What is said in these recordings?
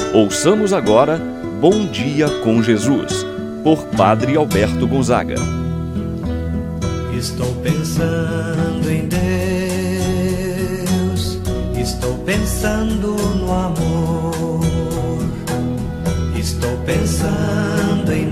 Ouçamos agora Bom Dia com Jesus, por Padre Alberto Gonzaga. Estou pensando em Deus, estou pensando no amor, estou pensando em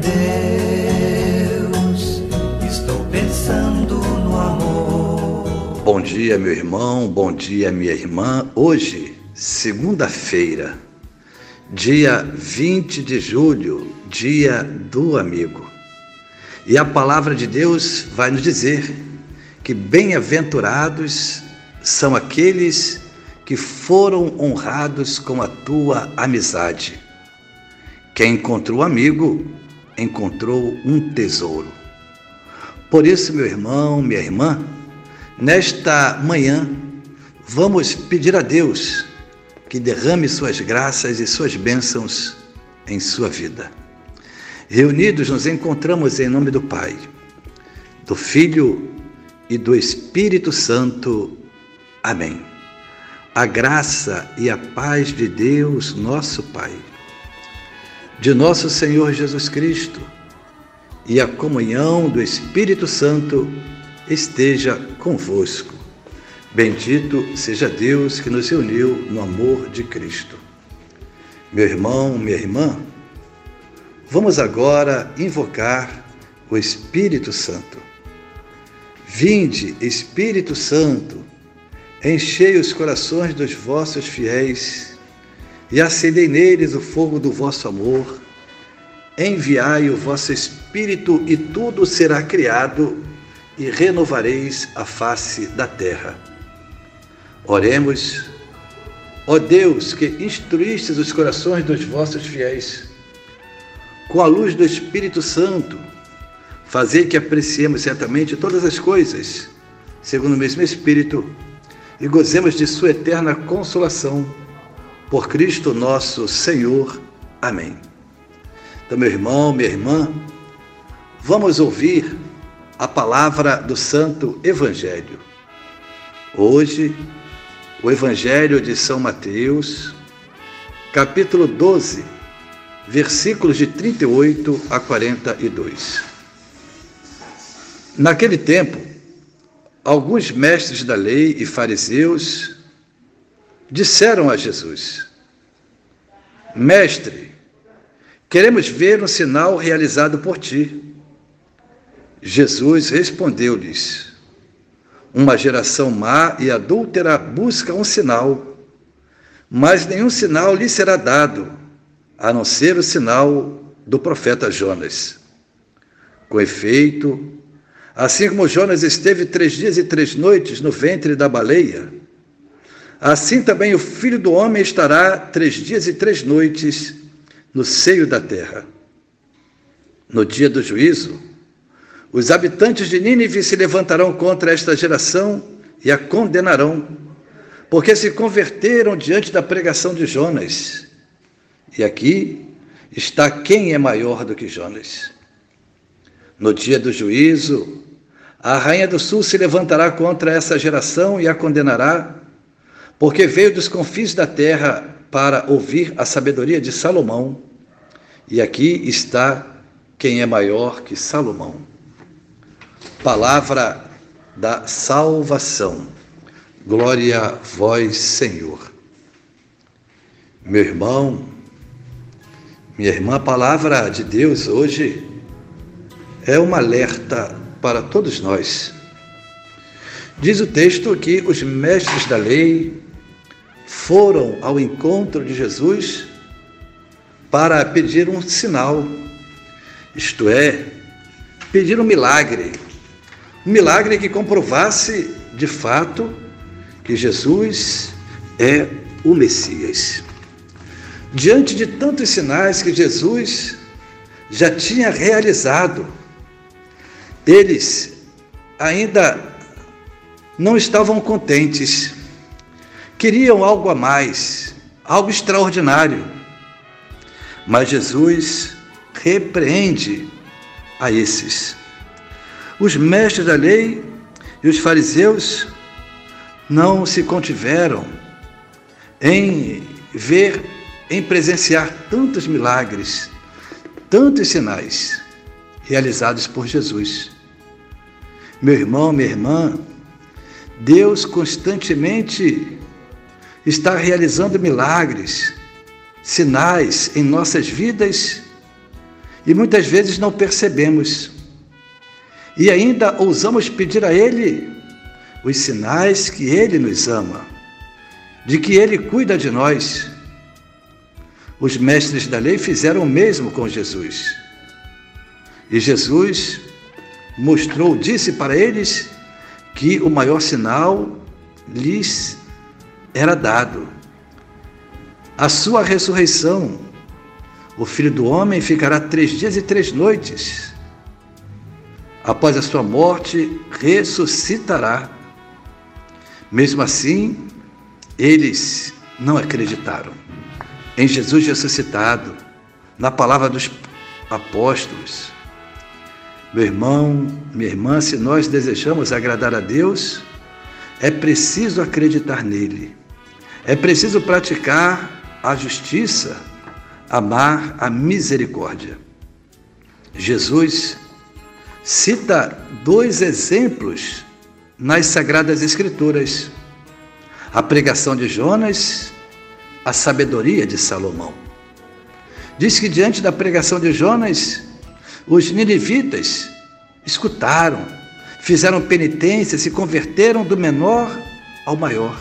Deus, estou pensando no amor. Bom dia, meu irmão, bom dia, minha irmã. Hoje, segunda-feira, dia 20 de julho, dia do amigo. E a palavra de Deus vai nos dizer que bem-aventurados são aqueles que foram honrados com a tua amizade. Quem encontrou amigo, encontrou um tesouro. Por isso, meu irmão, minha irmã, nesta manhã, vamos pedir a Deus que derrame suas graças e suas bênçãos em sua vida. Reunidos nos encontramos em nome do Pai, do Filho e do Espírito Santo. Amém. A graça e a paz de Deus, nosso Pai, de nosso Senhor Jesus Cristo e a comunhão do Espírito Santo esteja convosco. Bendito seja Deus que nos reuniu no amor de Cristo. Meu irmão, minha irmã, vamos agora invocar o Espírito Santo. Vinde, Espírito Santo, enchei os corações dos vossos fiéis e acendei neles o fogo do vosso amor. Enviai o vosso Espírito e tudo será criado e renovareis a face da terra. Oremos. Ó Deus, que instruístes os corações dos vossos fiéis, com a luz do Espírito Santo, fazei que apreciemos certamente todas as coisas, segundo o mesmo Espírito, e gozemos de sua eterna consolação, por Cristo nosso Senhor. Amém. Então, meu irmão, minha irmã, vamos ouvir a palavra do Santo Evangelho. Hoje, o Evangelho de São Mateus, capítulo 12, versículos de 38 a 42. Naquele tempo, alguns mestres da lei e fariseus disseram a Jesus: Mestre, queremos ver um sinal realizado por ti. Jesus respondeu-lhes: Uma geração má e adúltera busca um sinal, mas nenhum sinal lhe será dado, a não ser o sinal do profeta Jonas. Com efeito, assim como Jonas esteve 3 dias e 3 noites no ventre da baleia, assim também o Filho do Homem estará 3 dias e 3 noites no seio da terra. No dia do juízo, os habitantes de Nínive se levantarão contra esta geração e a condenarão, porque se converteram diante da pregação de Jonas. E aqui está quem é maior do que Jonas. No dia do juízo, a rainha do sul se levantará contra essa geração e a condenará, porque veio dos confins da terra para ouvir a sabedoria de Salomão. E aqui está quem é maior que Salomão. Palavra da salvação. Glória a vós, Senhor. Meu irmão, minha irmã, a palavra de Deus hoje é um alerta para todos nós. Diz o texto que os mestres da lei foram ao encontro de Jesus para pedir um sinal, isto é, pedir um milagre que comprovasse de fato que Jesus é o Messias. Diante de tantos sinais que Jesus já tinha realizado, eles ainda não estavam contentes, queriam algo a mais, algo extraordinário. Mas Jesus repreende a esses. Os mestres da lei e os fariseus não se contiveram em ver em presenciar tantos milagres, tantos sinais realizados por Jesus. Meu irmão, minha irmã, Deus constantemente está realizando milagres, sinais em nossas vidas e muitas vezes não percebemos. E ainda ousamos pedir a Ele os sinais que Ele nos ama, de que Ele cuida de nós. Os mestres da lei fizeram o mesmo com Jesus. E Jesus disse para eles que o maior sinal lhes era dado. A sua ressurreição. O Filho do Homem ficará 3 dias e 3 noites. Após a sua morte, ressuscitará. Mesmo assim, eles não acreditaram em Jesus ressuscitado, na palavra dos apóstolos. Meu irmão, minha irmã, se nós desejamos agradar a Deus, é preciso acreditar nele. É preciso praticar a justiça, amar a misericórdia. Jesus cita 2 exemplos nas Sagradas Escrituras: a pregação de Jonas, a sabedoria de Salomão. Diz que diante da pregação de Jonas, os ninivitas escutaram, fizeram penitência, se converteram do menor ao maior.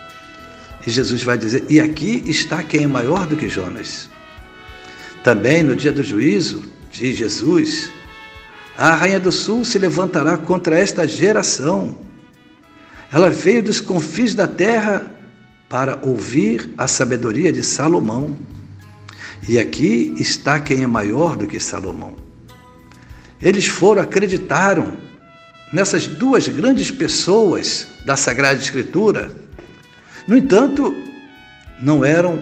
E Jesus vai dizer: e aqui está quem é maior do que Jonas. Também no dia do juízo, diz Jesus, a rainha do sul se levantará contra esta geração. Ela veio dos confins da terra para ouvir a sabedoria de Salomão. E aqui está quem é maior do que Salomão. Eles acreditaram nessas 2 grandes pessoas da Sagrada Escritura. No entanto, não eram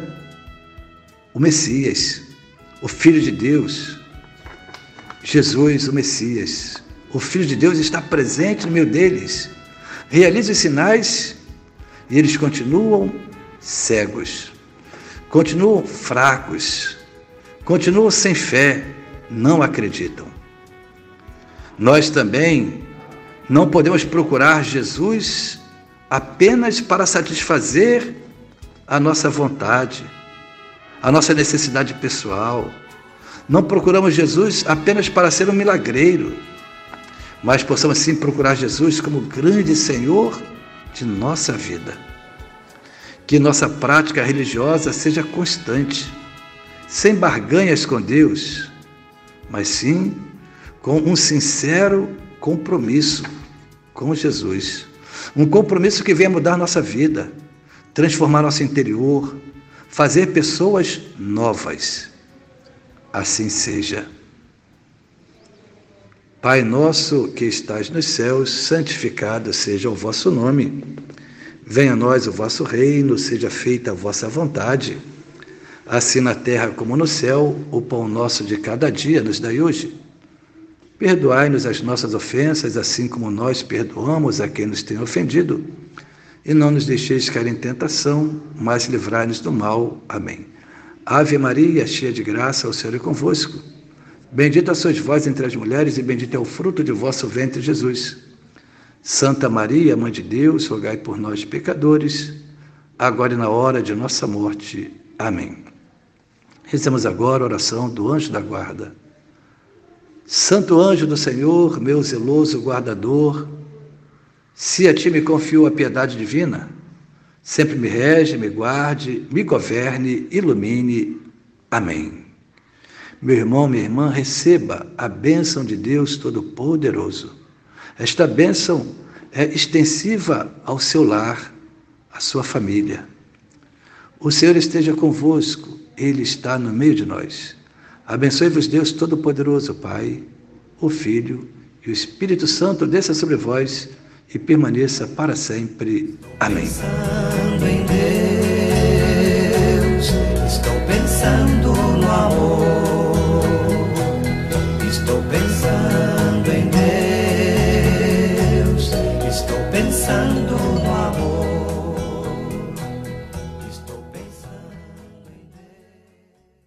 o Messias, o Filho de Deus, Jesus, o Messias. O Filho de Deus está presente no meio deles, realiza os sinais e eles continuam cegos, continuam fracos, continuam sem fé, não acreditam. Nós também não podemos procurar Jesus apenas para satisfazer a nossa vontade, a nossa necessidade pessoal. Não procuramos Jesus apenas para ser um milagreiro, mas possamos sim procurar Jesus como grande Senhor de nossa vida. Que nossa prática religiosa seja constante, sem barganhas com Deus, mas sim com um sincero compromisso com Jesus. Um compromisso que venha mudar nossa vida, transformar nosso interior, fazer pessoas novas. Assim seja. Pai nosso que estás nos céus, santificado seja o vosso nome. Venha a nós o vosso reino, seja feita a vossa vontade, assim na terra como no céu. O pão nosso de cada dia nos dai hoje. Perdoai-nos as nossas ofensas, assim como nós perdoamos a quem nos tem ofendido. E não nos deixeis cair em tentação, mas livrai-nos do mal. Amém. Ave Maria, cheia de graça, o Senhor é convosco. Bendita sois vós entre as mulheres, e bendito é o fruto de vosso ventre, Jesus. Santa Maria, Mãe de Deus, rogai por nós, pecadores, agora e na hora de nossa morte. Amém. Rezemos agora a oração do anjo da guarda. Santo anjo do Senhor, meu zeloso guardador, se a ti me confio a piedade divina, sempre me rege, me guarde, me governe, ilumine. Amém. Meu irmão, minha irmã, receba a bênção de Deus Todo-Poderoso. Esta bênção é extensiva ao seu lar, à sua família. O Senhor esteja convosco, Ele está no meio de nós. Abençoe-vos Deus Todo-Poderoso, Pai, o Filho e o Espírito Santo, desça sobre vós e permaneça para sempre. Amém.